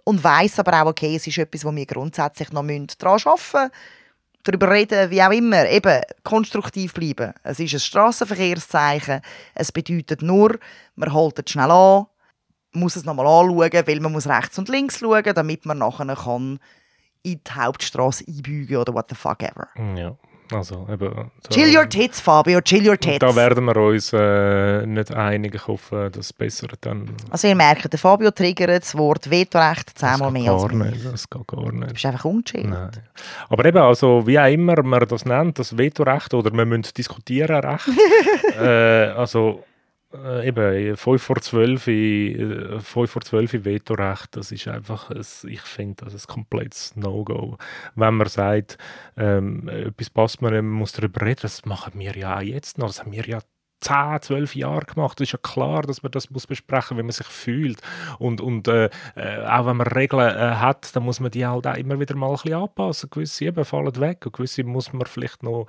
und weiss aber auch, okay, es ist etwas, wo wir grundsätzlich noch daran arbeiten müssen, darüber reden, wie auch immer, eben konstruktiv bleiben. Es ist ein Strassenverkehrszeichen, es bedeutet nur, man holt es schnell an, muss es nochmal anschauen, weil man muss rechts und links schauen, damit man nachher kann in die Hauptstrasse einbiegen oder what the fuck ever. Ja, also eben... Da, Chill your tits, Fabio, chill your tits. Da werden wir uns äh, nicht einig. Ich hoffe, das Bessere dann... Also ihr merkt, der Fabio triggert das Wort Vetorecht zehnmal mehr als gar mich. nicht, das geht gar nicht. Du bist einfach unchillt. Nein. Aber eben, also, wie auch immer man das nennt, das Vetorecht, oder man müssen diskutieren Recht. äh, also äh, eben fünf vor zwölf, äh, fünf vor zwölf Vetorecht, das ist einfach, ein, ich finde, das ist ein komplettes No-Go. Wenn man sagt, ähm, etwas passt mir, man muss darüber reden, das machen wir ja auch jetzt noch, das haben wir ja zehn, zwölf Jahre gemacht. Es ist ja klar, dass man das muss besprechen muss, wie man sich fühlt. Und, und äh, äh, auch wenn man Regeln äh, hat, dann muss man die halt auch immer wieder mal ein bisschen anpassen. Gewisse eben fallen weg und gewisse muss man vielleicht noch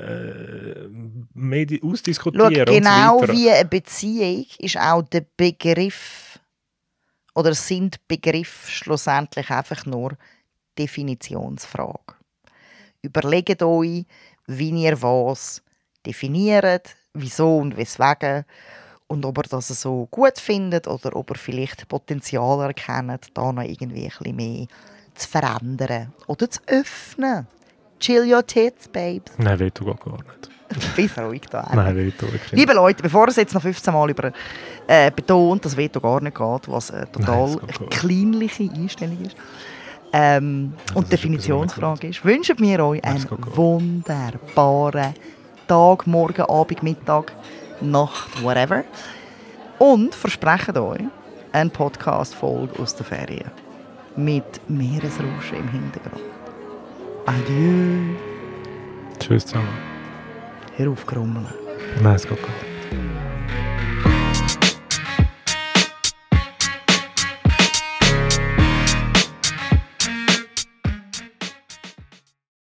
äh, mehr ausdiskutieren. Schau, genau und so weiter. wie eine Beziehung ist auch der Begriff oder sind Begriffe schlussendlich einfach nur Definitionsfrage. Überlegt euch, wie ihr was definiert, wieso und weswegen und ob ihr das so gut findet oder ob ihr vielleicht Potenzial erkennt, da noch irgendwie ein bisschen mehr zu verändern oder zu öffnen. Chill your tits, babes. Nein, Veto geht gar nicht. Bis ruhig da. Nein, Veto wirklich nicht. Liebe Leute, bevor es jetzt noch fünfzehn Mal über äh, betont, dass Veto gar nicht geht, was eine total Nein, das geht gar kleinliche Einstellung ist, ähm, Ja, und das Definitionsfrage ist ist, wünschen wir euch Nein, einen das geht gar nicht. wunderbaren Tag, Morgen, Abend, Mittag, Nacht, whatever. Und versprechen euch eine Podcast-Folge aus der Ferien mit Meeresrauschen im Hintergrund. Adieu. Tschüss zusammen. Hör auf, grummeln. Nein, es geht gar nicht.